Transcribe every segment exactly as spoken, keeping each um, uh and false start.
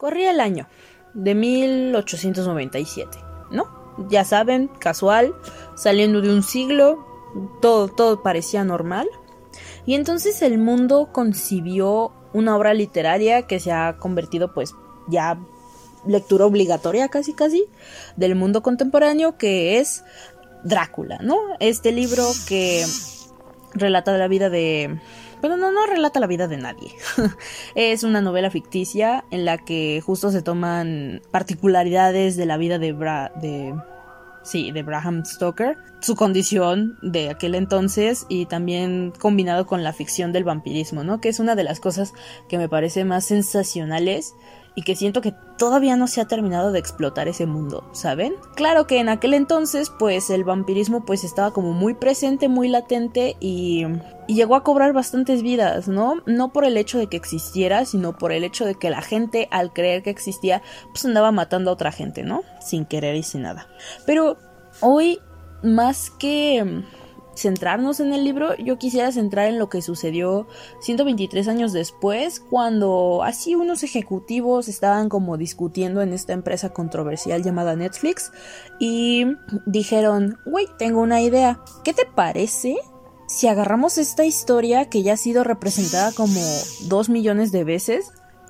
Corría el año de mil ochocientos noventa y siete, ¿no? Ya saben, casual, saliendo de un siglo, todo, todo parecía normal. Y entonces el mundo concibió una obra literaria que se ha convertido pues ya lectura obligatoria casi casi del mundo contemporáneo, que es Drácula, ¿no? Este libro que relata la vida de... Pero no, no relata la vida de nadie. Es una novela ficticia en la que justo se toman particularidades de la vida de... Bra... de... Sí, de Bram Stoker, su condición de aquel entonces y también combinado con la ficción del vampirismo, ¿no? Que es una de las cosas que me parece más sensacionales y que siento que todavía no se ha terminado de explotar ese mundo, ¿saben? Claro que en aquel entonces, pues, el vampirismo pues estaba como muy presente, muy latente y, y llegó a cobrar bastantes vidas, ¿no? No por el hecho de que existiera, sino por el hecho de que la gente, al creer que existía, pues andaba matando a otra gente, ¿no? Sin querer y sin nada. Pero hoy, más que centrarnos en el libro, yo quisiera centrar en lo que sucedió ciento veintitrés años después, cuando así unos ejecutivos estaban como discutiendo en esta empresa controversial llamada Netflix y dijeron, güey, tengo una idea, ¿qué te parece si agarramos esta historia que ya ha sido representada como dos millones de veces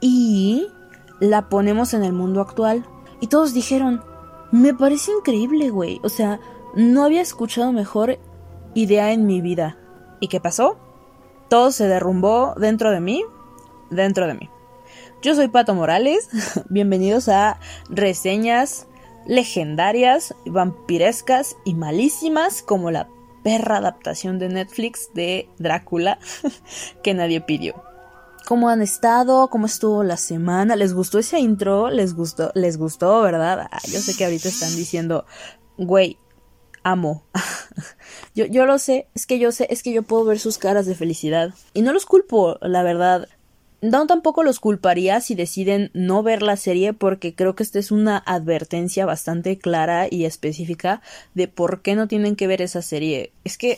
y la ponemos en el mundo actual? Y todos dijeron, me parece increíble, güey, o sea, no había escuchado mejor idea en mi vida. ¿Y qué pasó? Todo se derrumbó dentro de mí, dentro de mí. Yo soy Pato Morales, bienvenidos a reseñas legendarias, vampirescas y malísimas como la perra adaptación de Netflix de Drácula que nadie pidió. ¿Cómo han estado? ¿Cómo estuvo la semana? ¿Les gustó ese intro? ¿Les gustó? ¿Les gustó, verdad? Ah, yo sé que ahorita están diciendo, güey, amo. yo, yo lo sé, es que yo sé, es que yo puedo ver sus caras de felicidad. Y no los culpo, la verdad. No, tampoco los culparía si deciden no ver la serie, porque creo que esta es una advertencia bastante clara y específica de por qué no tienen que ver esa serie. Es que...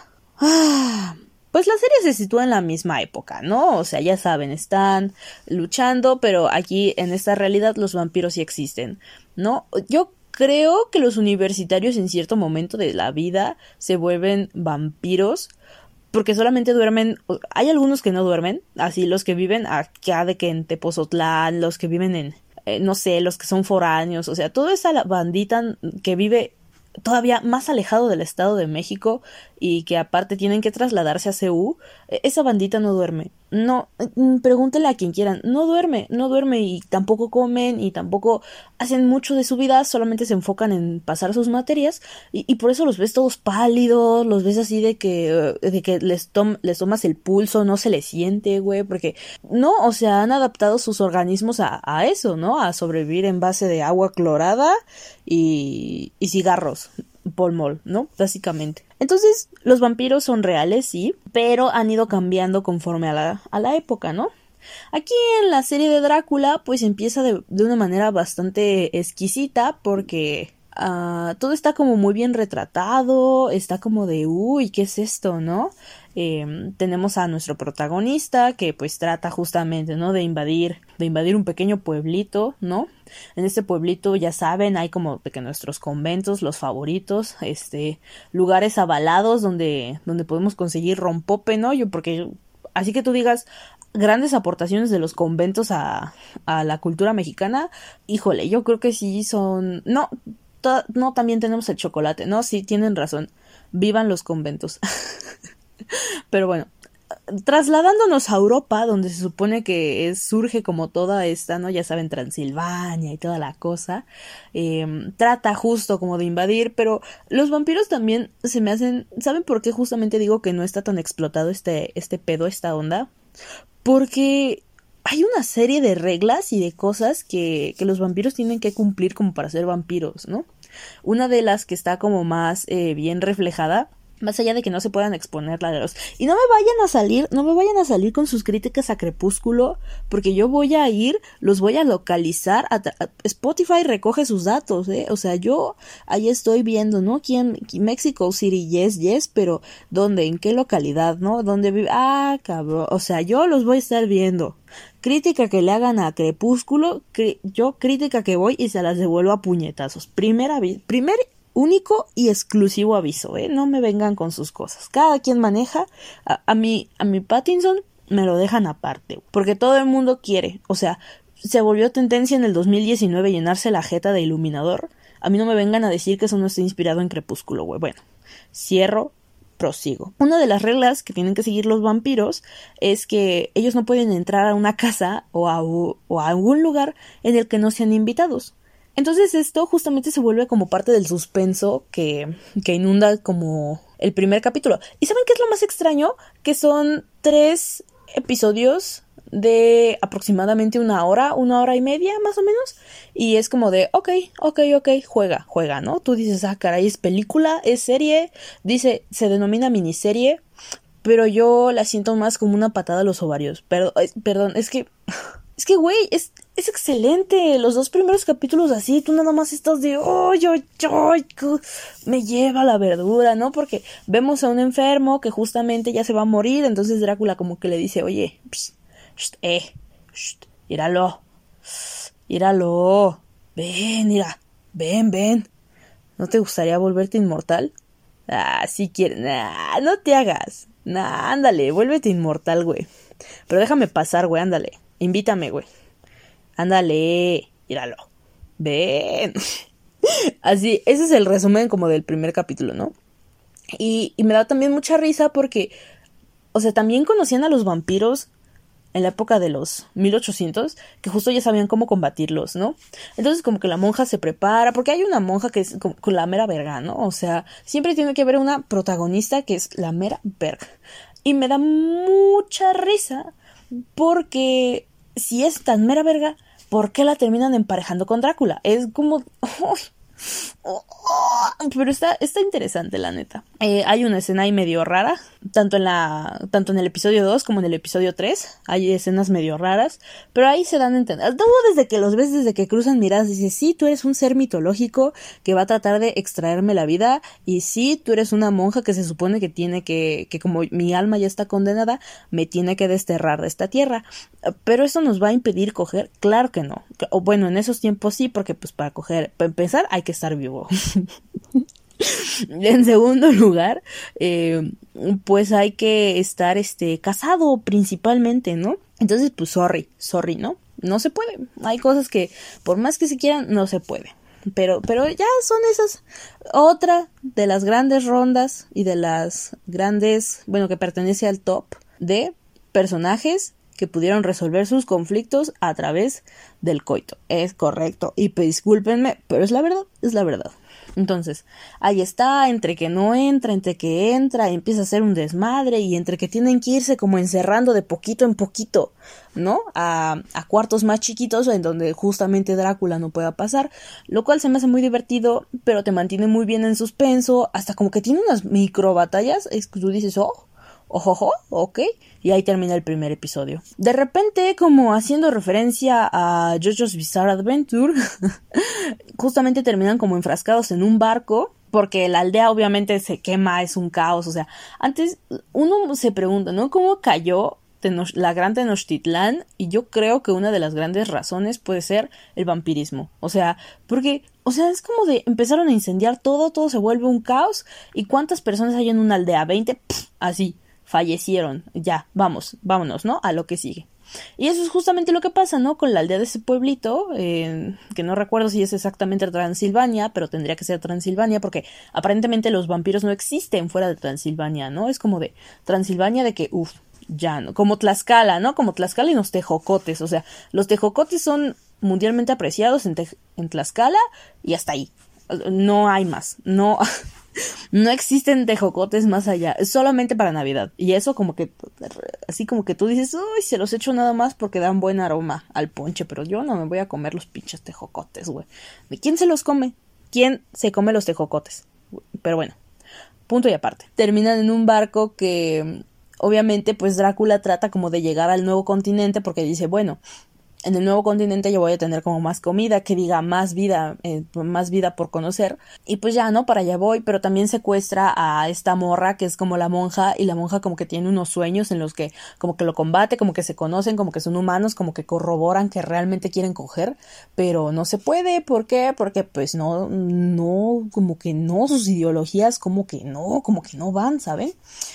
Ah, pues la serie se sitúa en la misma época, ¿no? O sea, ya saben, están luchando, pero aquí en esta realidad los vampiros sí existen, ¿no? Yo creo que los universitarios en cierto momento de la vida se vuelven vampiros porque solamente duermen. Hay algunos que no duermen, así los que viven acá de que en Tepozotlán, los que viven en, eh, no sé, los que son foráneos, o sea, toda esa bandita que vive todavía más alejado del Estado de México y que aparte tienen que trasladarse a C U, esa bandita no duerme. No, pregúntele a quien quieran, no duerme, no duerme y tampoco comen y tampoco hacen mucho de su vida, solamente se enfocan en pasar sus materias y, y por eso los ves todos pálidos, los ves así de que, de que les, tom, les tomas el pulso, no se les siente, güey, porque no, o sea, han adaptado sus organismos a, a eso, ¿no? A sobrevivir en base de agua clorada y, y cigarros. Polmol, ¿no? Básicamente. Entonces, los vampiros son reales, sí, pero han ido cambiando conforme a la, a la época, ¿no? Aquí en la serie de Drácula, pues empieza de, de una manera bastante exquisita porque uh, todo está como muy bien retratado, está como de, uy, ¿qué es esto, no? Eh, tenemos a nuestro protagonista que pues trata justamente, ¿no? De invadir, de invadir un pequeño pueblito, ¿no? En este pueblito, ya saben, hay como de que nuestros conventos, los favoritos, este, lugares avalados donde, donde podemos conseguir rompope, ¿no? Yo, porque, así que tú digas, grandes aportaciones de los conventos a, a la cultura mexicana, híjole, yo creo que sí son, no, to, no, también tenemos el chocolate, ¿no? Sí, tienen razón, vivan los conventos. Pero bueno, trasladándonos a Europa, donde se supone que es, surge como toda esta, ¿no? Ya saben, Transilvania y toda la cosa, eh, trata justo como de invadir, pero los vampiros también se me hacen, ¿saben por qué justamente digo que no está tan explotado este, este pedo, esta onda? Porque hay una serie de reglas y de cosas que, que los vampiros tienen que cumplir como para ser vampiros, ¿no? Una de las que está como más eh, bien reflejada, más allá de que no se puedan exponer la de los... Y no me vayan a salir, no me vayan a salir con sus críticas a Crepúsculo, porque yo voy a ir, los voy a localizar, a, a Spotify recoge sus datos, ¿eh? O sea, yo ahí estoy viendo, ¿no? ¿Quién? Mexico City, yes, yes, pero ¿dónde? ¿En qué localidad, no? ¿Dónde vive? Ah, cabrón, o sea, yo los voy a estar viendo. crítica que le hagan a Crepúsculo, cri- yo crítica que voy y se las devuelvo a puñetazos. Primer avi- primer único y exclusivo aviso, ¿eh? No me vengan con sus cosas. Cada quien maneja. A, a mi, a mi Pattinson me lo dejan aparte, porque todo el mundo quiere. O sea, se volvió tendencia en el dos mil diecinueve llenarse la jeta de iluminador. A mí no me vengan a decir que eso no está inspirado en Crepúsculo, güey. Bueno, cierro, prosigo. Una de las reglas que tienen que seguir los vampiros es que ellos no pueden entrar a una casa o a, o a algún lugar en el que no sean invitados. Entonces esto justamente se vuelve como parte del suspenso que, que inunda como el primer capítulo. ¿Y saben qué es lo más extraño? Que son tres episodios de aproximadamente una hora, una hora y media más o menos. Y es como de, ok, ok, ok, juega, juega, ¿no? Tú dices, ah, caray, es película, es serie. Dice, se denomina miniserie, pero yo la siento más como una patada a los ovarios. Perdón, perdón, es que... Es que, güey, es, es excelente. Los dos primeros capítulos así, tú nada más estás de... ¡Ay, ay, ay! Me lleva la verdura, ¿no? Porque vemos a un enfermo que justamente ya se va a morir. Entonces Drácula como que le dice, oye, psh, psh, eh, psh, íralo, íralo. Ven, mira, ven, ven. ¿No te gustaría volverte inmortal? Ah, si quieres. Nah, no te hagas. Nah, ándale, vuélvete inmortal, güey. Pero déjame pasar, güey, ándale. Invítame, güey. Ándale, míralo. Ven. Así, ese es el resumen como del primer capítulo, ¿no? Y, y me da también mucha risa porque, o sea, también conocían a los vampiros en la época de los mil ochocientos, que justo ya sabían cómo combatirlos, ¿no? Entonces como que la monja se prepara, porque hay una monja que es como la mera verga, ¿no? O sea, siempre tiene que haber una protagonista que es la mera verga. Y me da mucha risa porque si es tan mera verga, ¿por qué la terminan emparejando con Drácula? Es como... Oh, oh, oh, pero está, está interesante, la neta. Eh, hay una escena ahí medio rara, tanto en la tanto en el episodio dos como en el episodio tres. Hay escenas medio raras, pero ahí se dan a entender. Todo desde que los ves, desde que cruzan miradas, dices, sí, tú eres un ser mitológico que va a tratar de extraerme la vida, y sí, tú eres una monja que se supone que tiene que, que como mi alma ya está condenada, me tiene que desterrar de esta tierra. Pero eso nos va a impedir coger, claro que no. O bueno, en esos tiempos sí, porque pues para coger, para empezar hay que estar vivo. En segundo lugar, eh, pues hay que estar este casado principalmente, ¿no? Entonces, pues sorry, sorry, ¿no? No se puede. Hay cosas que por más que se quieran, no se puede. Pero, pero ya son esas, otra de las grandes rondas y de las grandes, bueno, que pertenece al top de personajes que pudieron resolver sus conflictos a través del coito. Es correcto. Y discúlpenme, pero es la verdad, es la verdad. Entonces, ahí está, entre que no entra, entre que entra, empieza a hacer un desmadre, y entre que tienen que irse como encerrando de poquito en poquito, ¿no? A, a cuartos más chiquitos en donde justamente Drácula no pueda pasar, lo cual se me hace muy divertido, pero te mantiene muy bien en suspenso, hasta como que tiene unas micro batallas, es que tú dices, oh, ojojo, ok, y ahí termina el primer episodio. De repente, como haciendo referencia a JoJo's Bizarre Adventure, justamente terminan como enfrascados en un barco, porque la aldea obviamente se quema, es un caos. O sea, antes uno se pregunta, ¿no? ¿Cómo cayó Tenoch- la gran Tenochtitlán? Y yo creo que una de las grandes razones puede ser el vampirismo. O sea, porque, o sea, es como de empezaron a incendiar todo, todo se vuelve un caos. ¿Y cuántas personas hay en una aldea? veinte, pff, así, fallecieron. Ya, vamos, vámonos, ¿no? A lo que sigue. Y eso es justamente lo que pasa, ¿no? Con la aldea de ese pueblito, eh, que no recuerdo si es exactamente Transilvania, pero tendría que ser Transilvania, porque aparentemente los vampiros no existen fuera de Transilvania, ¿no? Es como de Transilvania de que, uff, ya, ¿no? Como Tlaxcala, ¿no? Como Tlaxcala y los tejocotes, o sea, los tejocotes son mundialmente apreciados en, te- en Tlaxcala y hasta ahí. No hay más, no... No existen tejocotes más allá, es solamente para Navidad. Y eso como que, así como que tú dices, uy, se los echo nada más porque dan buen aroma al ponche, pero yo no me voy a comer los pinches tejocotes, güey. ¿Quién se los come? ¿Quién se come los tejocotes? Pero bueno, punto y aparte. Terminan en un barco que, obviamente, pues Drácula trata como de llegar al nuevo continente porque dice, bueno, en el nuevo continente yo voy a tener como más comida, que diga más vida, eh, más vida por conocer. Y pues ya, ¿no? Para allá voy, pero también secuestra a esta morra que es como la monja, y la monja como que tiene unos sueños en los que como que lo combate, como que se conocen, como que son humanos, como que corroboran que realmente quieren coger, pero no se puede. ¿Por qué? Porque pues no, no, como que no, sus ideologías como que no, como que no van, ¿saben?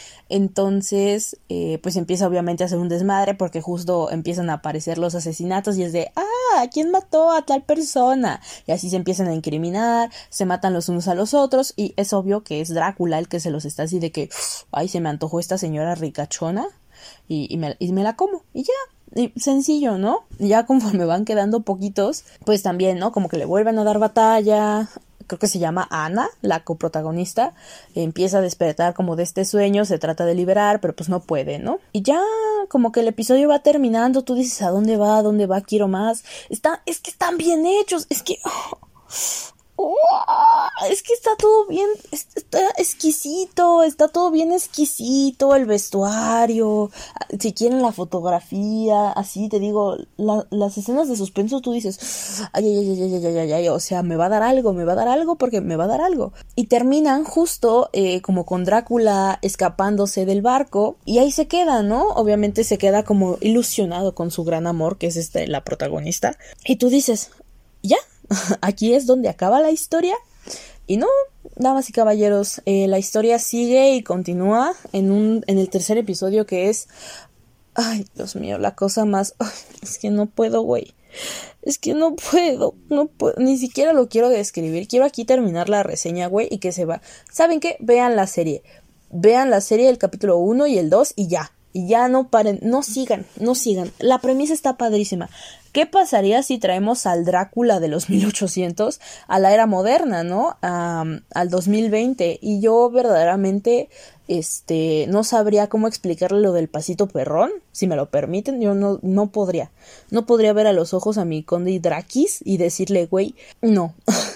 Entonces, eh, pues empieza obviamente a hacer un desmadre porque justo empiezan a aparecer los asesinatos y es de, ah, ¿quién mató a tal persona? Y así se empiezan a incriminar, se matan los unos a los otros y es obvio que es Drácula el que se los está así de que, ay, se me antojó esta señora ricachona y, y, me, y me la como y ya. Y sencillo, ¿no? Ya conforme van quedando poquitos, pues también, ¿no? Como que le vuelven a dar batalla. Creo que se llama Ana, la coprotagonista, empieza a despertar como de este sueño, se trata de liberar, pero pues no puede, ¿no? Y ya como que el episodio va terminando, tú dices, ¿a dónde va? ¿A dónde va? Quiero más. Está, es que están bien hechos, es que... Oh, oh, es que está todo bien, está exquisito, está todo bien exquisito, el vestuario, si quieren la fotografía, así te digo, la, las escenas de suspenso tú dices, ay, ay, ay, ay, ay, ay, ay, o sea, me va a dar algo, me va a dar algo porque me va a dar algo. Y terminan justo eh, como con Drácula escapándose del barco y ahí se queda, ¿no? Obviamente se queda como ilusionado con su gran amor, que es este, la protagonista, y tú dices, ¿ya? Aquí es donde acaba la historia. Y no, damas y caballeros, eh, la historia sigue y continúa en un en el tercer episodio, que es, ay, Dios mío, la cosa más, ay, es que no puedo, güey, es que no puedo, no puedo, ni siquiera lo quiero describir. Quiero aquí terminar la reseña, güey, y que se va. ¿Saben qué? Vean la serie, vean la serie del capítulo uno y el dos y ya. Y ya no paren, no sigan, no sigan. La premisa está padrísima. ¿Qué pasaría si traemos al Drácula de los mil ochocientos a la era moderna, ¿no? Um, al dos mil veinte. Y yo verdaderamente este, no sabría cómo explicarle lo del pasito perrón, si me lo permiten. Yo no, no podría. No podría ver a los ojos a mi conde Drakis y decirle, güey, no.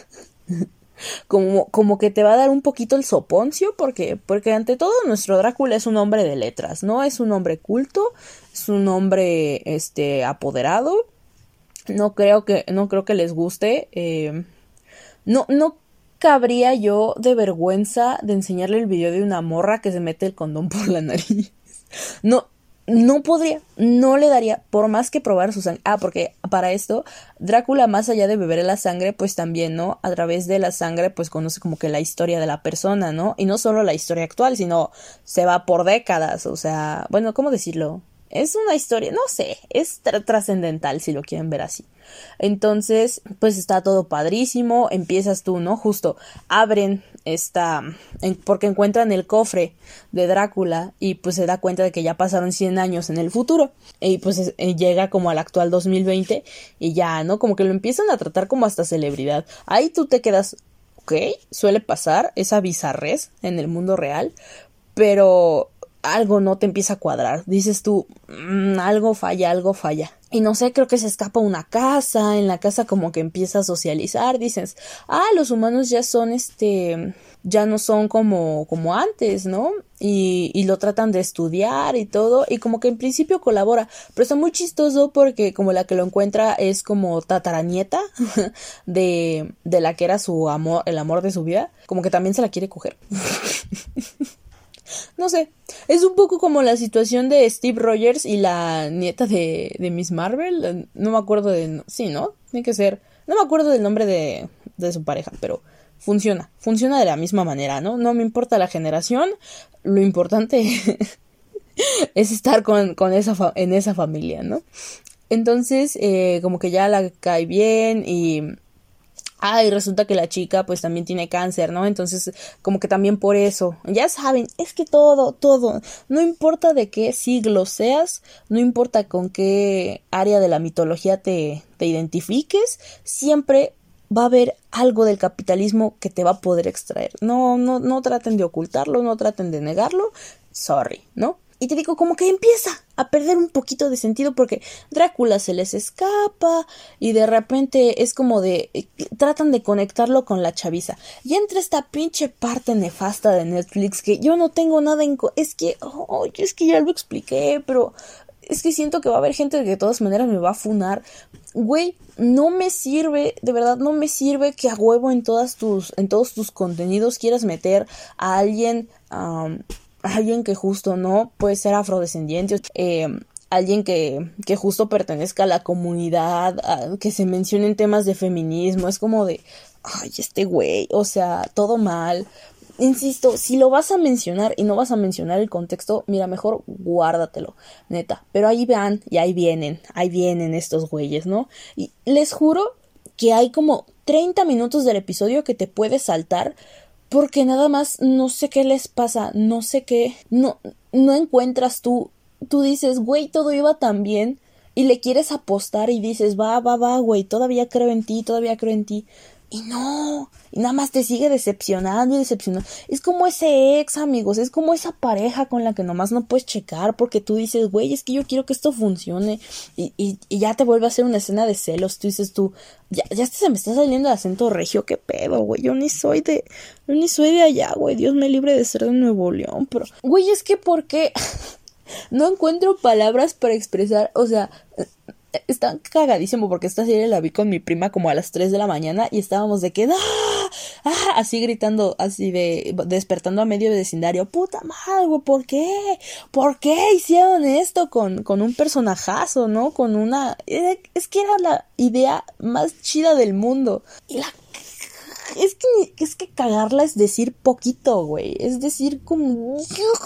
Como, como que te va a dar un poquito el soponcio, porque, porque ante todo nuestro Drácula es un hombre de letras, ¿no? Es un hombre culto, es un hombre este, apoderado. No creo que, no creo que les guste. Eh, no, no cabría yo de vergüenza de enseñarle el video de una morra que se mete el condón por la nariz. No. No podría, no le daría, por más que probar su sangre. Ah, porque para esto, Drácula, más allá de beber la sangre, pues también, ¿no? A través de la sangre, pues conoce como que la historia de la persona, ¿no? Y no solo la historia actual, sino se va por décadas, o sea, bueno, ¿cómo decirlo? Es una historia, no sé, es tra- trascendental si lo quieren ver así. Entonces, pues está todo padrísimo, empiezas tú, ¿no? Justo abren esta, en, porque encuentran el cofre de Drácula y pues se da cuenta de que ya pasaron cien años en el futuro y pues es, eh, llega como al actual dos mil veinte y ya, ¿no? Como que lo empiezan a tratar como hasta celebridad. Ahí tú te quedas, ok, suele pasar esa bizarrez en el mundo real, pero algo no te empieza a cuadrar. Dices tú, mmm, algo falla, algo falla. Y no sé, creo que se escapa a una casa, en la casa como que empieza a socializar, dices, ah, los humanos ya son este, ya no son como, como antes, ¿no? Y, y lo tratan de estudiar y todo, y como que en principio colabora, pero está muy chistoso porque como la que lo encuentra es como tataranieta de, de la que era su amor, el amor de su vida, como que también se la quiere coger. No sé, es un poco como la situación de Steve Rogers y la nieta de, de Miss Marvel. No me acuerdo de... Sí, ¿no? Tiene que ser... No me acuerdo del nombre de, de su pareja, pero funciona. Funciona de la misma manera, ¿no? No me importa la generación, lo importante es estar con, con esa fa- en esa familia, ¿no? Entonces, eh, como que ya la cae bien y... Ah, y resulta que la chica pues también tiene cáncer, ¿no? Entonces como que también por eso, ya saben, es que todo, todo, no importa de qué siglo seas, no importa con qué área de la mitología te, te identifiques, siempre va a haber algo del capitalismo que te va a poder extraer. No, no, no traten de ocultarlo, no traten de negarlo, sorry, ¿no? Y te digo, como que empieza a perder un poquito de sentido porque Drácula se les escapa y de repente es como de... Eh, tratan de conectarlo con la chaviza. Y entra esta pinche parte nefasta de Netflix que yo no tengo nada en... Co- es que... Oh, es que ya lo expliqué, pero... es que siento que va a haber gente que de todas maneras me va a funar. Güey, no me sirve, de verdad no me sirve que a huevo en todas tus, en todos tus contenidos quieras meter a alguien, um, a alguien que justo no puede ser afrodescendiente, eh, alguien que, que justo pertenezca a la comunidad, a, que se mencionen temas de feminismo. Es como de, ay, este güey, o sea, todo mal. Insisto, si lo vas a mencionar y no vas a mencionar el contexto, mira, mejor guárdatelo, neta. Pero ahí van y ahí vienen, ahí vienen estos güeyes, ¿no? Y les juro que hay como treinta minutos del episodio que te puedes saltar porque nada más no sé qué les pasa, no sé qué, no, no encuentras tú, tú dices, güey, todo iba tan bien y le quieres apostar y dices, va, va, va, güey, todavía creo en ti, todavía creo en ti. Y no, y nada más te sigue decepcionando y decepcionando. Es como ese ex, amigos, es como esa pareja con la que nomás no puedes checar porque tú dices, güey, es que yo quiero que esto funcione. Y, y, y ya te vuelve a hacer una escena de celos. Tú dices tú, ya, ya se me está saliendo el acento regio, qué pedo, güey. Yo ni soy de, yo ni soy de allá, güey. Dios me libre de ser de Nuevo León. Pero, güey, es que ¿por qué? No encuentro palabras para expresar, o sea... Está cagadísimo porque esta serie la vi con mi prima como a las tres de la mañana y estábamos de que ¡ah! ¡Ah! Así gritando, así de despertando a medio vecindario. ¡Puta madre, güey! ¿Por qué? ¿Por qué hicieron esto con, con un personajazo, no? Con una... Es que era la idea más chida del mundo. Y la... Es que, es que cagarla es decir poquito, güey. Es decir como...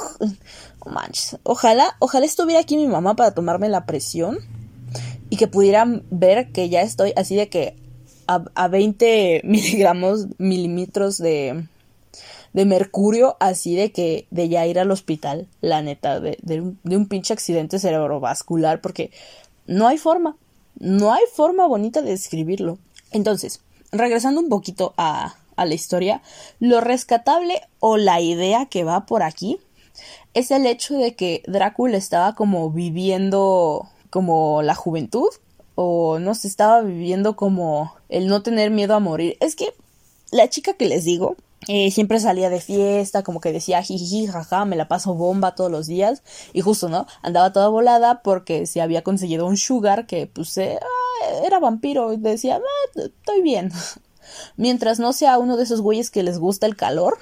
Oh, manches. Ojalá, ojalá estuviera aquí mi mamá para tomarme la presión. Y que pudieran ver que ya estoy así de que a, a veinte miligramos, milímetros de, de mercurio, así de que de ya ir al hospital, la neta, de, de, un, de un pinche accidente cerebrovascular, porque no hay forma, no hay forma bonita de describirlo. Entonces, regresando un poquito a, a la historia, lo rescatable o la idea que va por aquí es el hecho de que Drácula estaba como viviendo... como la juventud, o no se estaba viviendo como el no tener miedo a morir. Es que la chica que les digo, eh, siempre salía de fiesta, como que decía jiji, jaja, me la paso bomba todos los días, y justo, ¿no? Andaba toda volada porque se había conseguido un sugar que, pues, eh, era vampiro, y decía, ah, estoy bien. Mientras no sea uno de esos güeyes que les gusta el calor...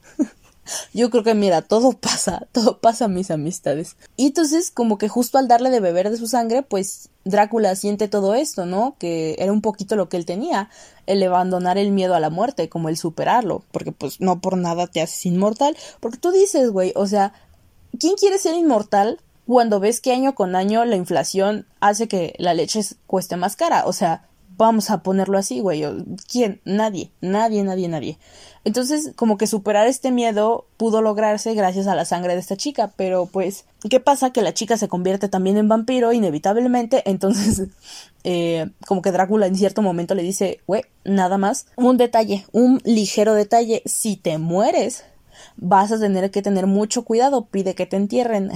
Yo creo que, mira, todo pasa, todo pasa, mis amistades. Y entonces, como que justo al darle de beber de su sangre, pues Drácula siente todo esto, ¿no? Que era un poquito lo que él tenía, el abandonar el miedo a la muerte, como el superarlo, porque pues no por nada te haces inmortal, porque tú dices, güey, o sea, ¿quién quiere ser inmortal cuando ves que año con año la inflación hace que la leche cueste más cara? O sea, vamos a ponerlo así, güey, ¿quién? Nadie, nadie, nadie, nadie. Entonces, como que superar este miedo pudo lograrse gracias a la sangre de esta chica, pero pues, ¿qué pasa? Que la chica se convierte también en vampiro, inevitablemente, entonces, eh, como que Drácula en cierto momento le dice, güey, nada más, un detalle, un ligero detalle, si te mueres, vas a tener que tener mucho cuidado, pide que te entierren.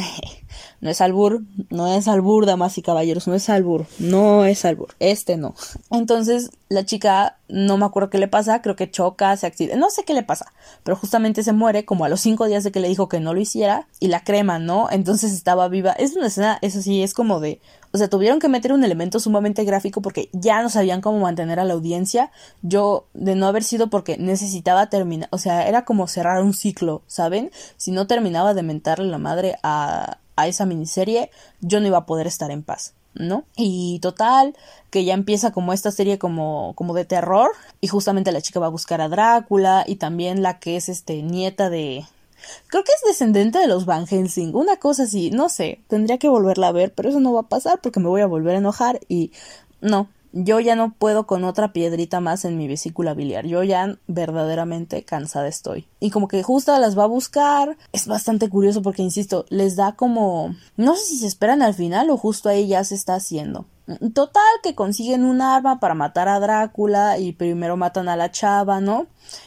No es albur, no es albur, damas y caballeros, no es albur, no es albur, este no. Entonces la chica, no me acuerdo qué le pasa, creo que choca, se accidenta, no sé qué le pasa, pero justamente se muere como a los cinco días de que le dijo que no lo hiciera y la creman, ¿no? Entonces estaba viva. Es una escena, eso sí, es como de... O sea, tuvieron que meter un elemento sumamente gráfico porque ya no sabían cómo mantener a la audiencia. Yo, de no haber sido porque necesitaba terminar, o sea, era como cerrar un ciclo, ¿saben? Si no terminaba de mentarle la madre a, a esa miniserie, yo no iba a poder estar en paz, ¿no? Y total, que ya empieza como esta serie como, como de terror, y justamente la chica va a buscar a Drácula, y también la que es este nieta de... Creo que es descendente de los Van Helsing, una cosa así, no sé, tendría que volverla a ver, pero eso no va a pasar porque me voy a volver a enojar y no, yo ya no puedo con otra piedrita más en mi vesícula biliar, yo ya verdaderamente cansada estoy. Y como que justo las va a buscar, es bastante curioso porque, insisto, les da como, no sé si se esperan al final o justo ahí ya se está haciendo. Total, que consiguen un arma para matar a Drácula y primero matan a la chava, ¿no?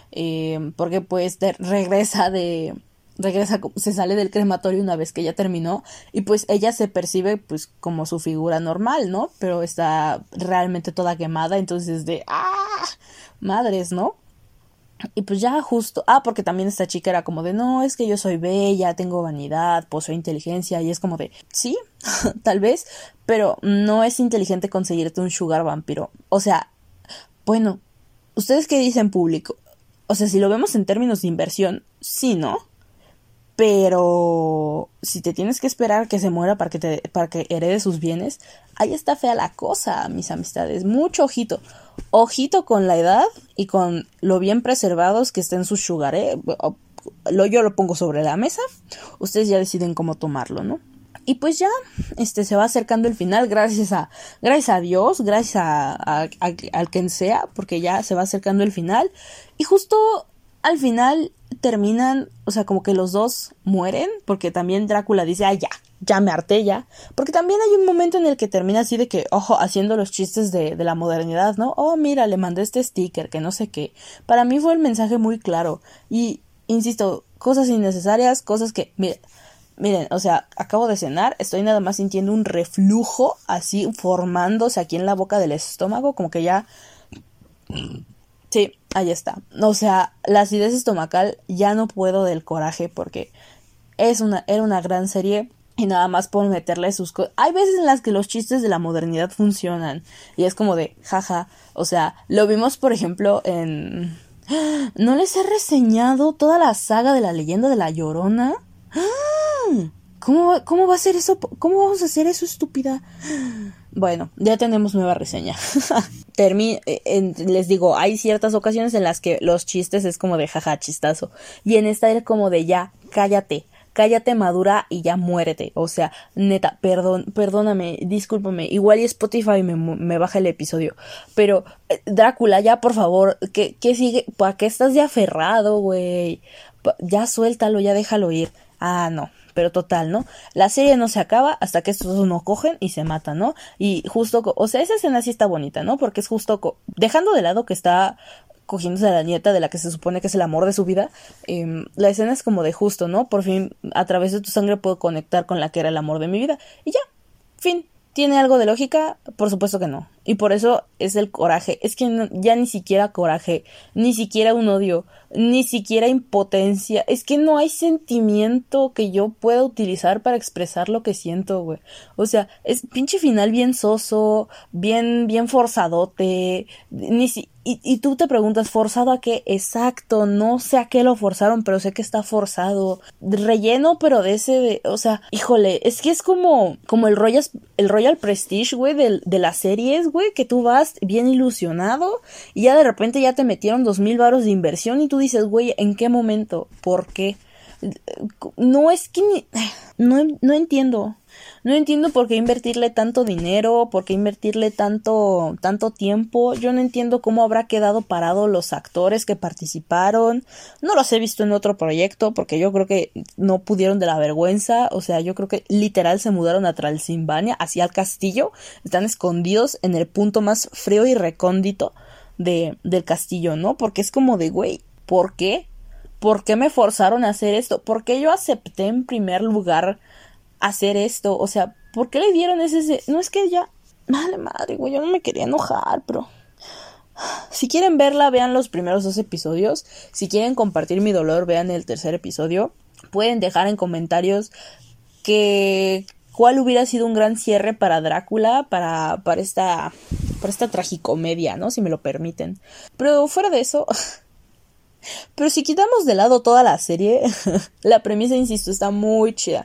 Eh, porque pues de, regresa de... regresa, se sale del crematorio una vez que ya terminó y pues ella se percibe pues como su figura normal, ¿no? Pero está realmente toda quemada, entonces de ¡ah! Madres, ¿no? Y pues ya justo, ah, porque también esta chica era como de, no, es que yo soy bella, tengo vanidad, poseo inteligencia, y es como de, sí, tal vez, pero no es inteligente conseguirte un sugar vampiro. O sea, bueno, ¿ustedes qué dicen, público? O sea, si lo vemos en términos de inversión, sí, ¿no? Pero si te tienes que esperar que se muera para que te, para que herede sus bienes, ahí está fea la cosa, mis amistades. Mucho ojito. Ojito con la edad y con lo bien preservados que estén sus sugar, ¿eh? Lo, yo lo pongo sobre la mesa. Ustedes ya deciden cómo tomarlo, ¿no? Y pues ya, este, se va acercando el final, gracias a, gracias a Dios, gracias a, a, a, al quien sea, porque ya se va acercando el final. Y justo al final terminan, o sea, como que los dos mueren, porque también Drácula dice, ah, ya, ya me harté ya. Porque también hay un momento en el que termina así de que, ojo, haciendo los chistes de, de la modernidad, ¿no? Oh, mira, le mandé este sticker, que no sé qué. Para mí fue el mensaje muy claro. Y, insisto, cosas innecesarias, cosas que, mira, miren, o sea, acabo de cenar, estoy nada más sintiendo un reflujo así formándose aquí en la boca del estómago, como que ya... Sí, ahí está. O sea, la acidez estomacal ya no puedo del coraje porque es una, era una gran serie y nada más por meterle sus cosas. Hay veces en las que los chistes de la modernidad funcionan y es como de jaja. O sea, lo vimos por ejemplo en... ¿No les he reseñado toda la saga de la leyenda de la Llorona? ¿Cómo, cómo va a ser eso? ¿Cómo vamos a hacer eso, estúpida? Bueno, ya tenemos nueva reseña. Termi en, les digo, hay ciertas ocasiones en las que los chistes es como de jaja, chistazo. Y en esta era como de ya, cállate. Cállate, madura y ya muérete. O sea, neta, perdón, perdóname, discúlpame. Igual y Spotify me, me baja el episodio. Pero, eh, Drácula, ya por favor, ¿qué, qué sigue? ¿Para qué estás de aferrado, güey? Ya suéltalo, ya déjalo ir. Ah, no. Pero total, ¿no? La serie no se acaba hasta que estos dos no cogen y se matan, ¿no? Y justo, o sea, esa escena sí está bonita, ¿no? Porque es justo, dejando de lado que está cogiéndose a la nieta de la que se supone que es el amor de su vida, eh, la escena es como de justo, ¿no? Por fin, a través de tu sangre puedo conectar con la que era el amor de mi vida. Y ya, fin. ¿Tiene algo de lógica? Por supuesto que no. Y por eso es el coraje. Es que no, ya ni siquiera coraje, ni siquiera un odio, ni siquiera impotencia. Es que no hay sentimiento que yo pueda utilizar para expresar lo que siento, güey. O sea, es pinche final bien soso, bien, bien forzadote. Ni si, y, y tú te preguntas, ¿forzado a qué? Exacto, no sé a qué lo forzaron, pero sé que está forzado. Relleno, pero de ese, de, o sea, híjole, es que es como, como el Royal, el Royal Prestige, güey, de, de las series, güey, que tú vas bien ilusionado y ya de repente ya te metieron dos mil varos de inversión y tú dices, güey, ¿en qué momento? ¿Por qué? No es que ni, no, no entiendo. No entiendo por qué invertirle tanto dinero, por qué invertirle tanto, tanto tiempo. Yo no entiendo cómo habrá quedado parado los actores que participaron. No los he visto en otro proyecto porque yo creo que no pudieron de la vergüenza. O sea, yo creo que literal se mudaron a Transilvania, hacia el castillo. Están escondidos en el punto más frío y recóndito de, del castillo, ¿no? Porque es como de, güey, ¿por qué? ¿Por qué me forzaron a hacer esto? ¿Por qué yo acepté en primer lugar hacer esto? O sea, ¿por qué le dieron ese...? No, es que ya... Vale madre, güey, yo no me quería enojar, pero... Si quieren verla, vean los primeros dos episodios. Si quieren compartir mi dolor, vean el tercer episodio. Pueden dejar en comentarios que... ¿Cuál hubiera sido un gran cierre para Drácula? Para, para esta... Para esta tragicomedia, ¿no? Si me lo permiten. Pero fuera de eso... Pero si quitamos de lado toda la serie, la premisa, insisto, está muy chida.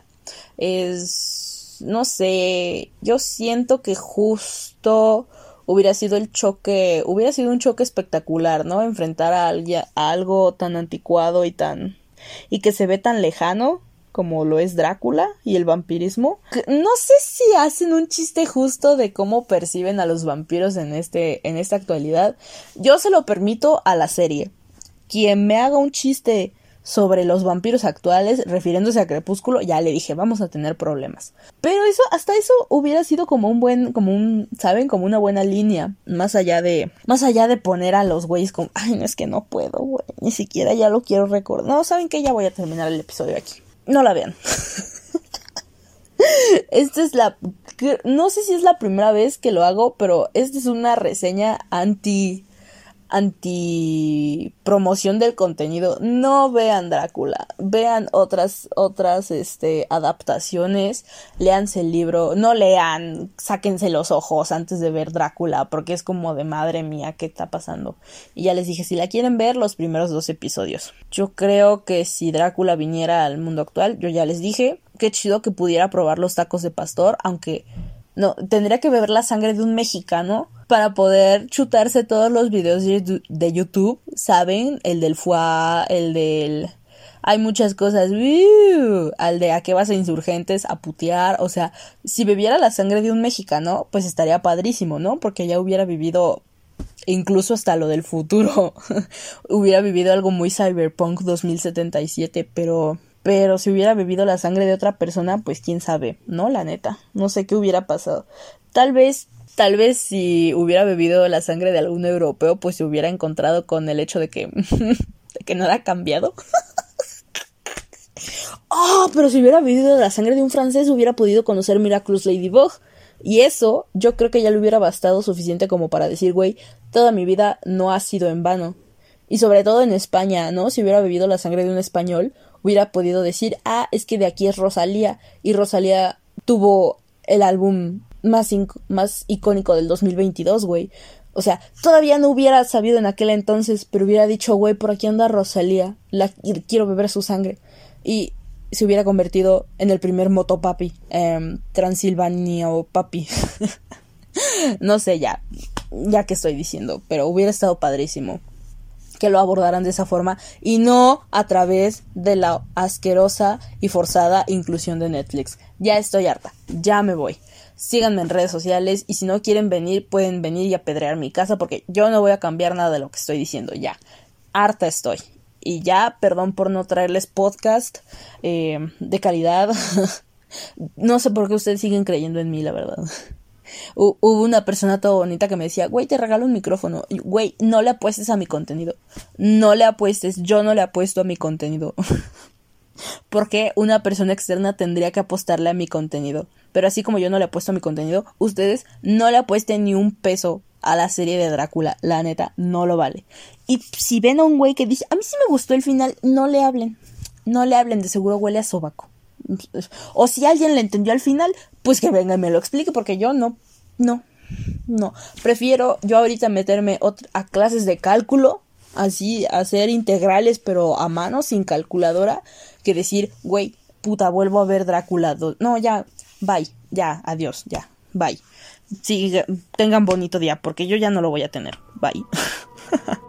Es, no sé, yo siento que justo hubiera sido el choque, hubiera sido un choque espectacular, ¿no? Enfrentar a, a algo tan anticuado y tan, y que se ve tan lejano como lo es Drácula y el vampirismo. No sé si hacen un chiste justo de cómo perciben a los vampiros en este, en esta actualidad. Yo se lo permito a la serie. Quien me haga un chiste sobre los vampiros actuales, refiriéndose a Crepúsculo, ya le dije, vamos a tener problemas. Pero eso, hasta eso hubiera sido como un buen, como un, ¿saben? Como una buena línea, más allá de, más allá de poner a los güeyes como, ay, no, es que no puedo, güey, ni siquiera ya lo quiero recordar. No, ¿saben qué? Ya voy a terminar el episodio aquí. No la vean. Esta es la, no sé si es la primera vez que lo hago, pero esta es una reseña anti... anti promoción del contenido, no vean Drácula, vean otras otras este adaptaciones, léanse el libro, no lean, sáquense los ojos antes de ver Drácula, porque es como de madre mía, ¿qué está pasando? Y ya les dije, si la quieren ver, los primeros dos episodios. Yo creo que si Drácula viniera al mundo actual, yo ya les dije, qué chido que pudiera probar los tacos de pastor, aunque no, tendría que beber la sangre de un mexicano para poder chutarse todos los videos de YouTube, ¿saben? El del foie, el del... Hay muchas cosas, ¡uh! Al de a qué vas a Insurgentes, a putear, o sea, si bebiera la sangre de un mexicano, pues estaría padrísimo, ¿no? Porque ya hubiera vivido incluso hasta lo del futuro, hubiera vivido algo muy Cyberpunk dos mil setenta y siete, pero... Pero si hubiera bebido la sangre de otra persona, pues quién sabe, ¿no? La neta, no sé qué hubiera pasado. Tal vez, tal vez si hubiera bebido la sangre de algún europeo, pues se hubiera encontrado con el hecho de que, de que nada ha cambiado. Oh, pero si hubiera bebido la sangre de un francés, hubiera podido conocer Miraculous Ladybug. Y eso, yo creo que ya le hubiera bastado suficiente como para decir, güey, toda mi vida no ha sido en vano. Y sobre todo en España, ¿no? Si hubiera bebido la sangre de un español, hubiera podido decir, ah, es que de aquí es Rosalía, y Rosalía tuvo el álbum más, inc- más icónico del dos mil veintidós, güey. O sea, todavía no hubiera sabido en aquel entonces, pero hubiera dicho, güey, por aquí anda Rosalía, la, y quiero beber su sangre. Y se hubiera convertido en el primer motopapi, eh, Transilvania o papi. No sé, ya, ya que estoy diciendo, pero hubiera estado padrísimo que lo abordaran de esa forma y no a través de la asquerosa y forzada inclusión de Netflix. Ya estoy harta, ya me voy. Síganme en redes sociales y si no quieren venir, pueden venir y apedrear mi casa porque yo no voy a cambiar nada de lo que estoy diciendo, ya. Harta estoy. Y ya, perdón por no traerles podcast eh, de calidad. No sé por qué ustedes siguen creyendo en mí, la verdad. Hubo una persona toda bonita que me decía, güey, te regalo un micrófono. Y, güey, no le apuestes a mi contenido. No le apuestes, yo no le apuesto a mi contenido. Porque una persona externa tendría que apostarle a mi contenido. Pero así como yo no le apuesto a mi contenido, ustedes no le apuesten ni un peso a la serie de Drácula. La neta, no lo vale. Y si ven a un güey que dice, a mí sí me gustó el final, no le hablen. No le hablen, de seguro huele a sobaco. O si alguien le entendió al final, pues que venga y me lo explique, porque yo no, no, no. Prefiero yo ahorita meterme otra, a clases de cálculo, así, hacer integrales, pero a mano, sin calculadora, que decir, güey, puta, vuelvo a ver Drácula dos. No, ya, bye, ya, adiós, ya, bye. Sí, tengan bonito día, porque yo ya no lo voy a tener, bye.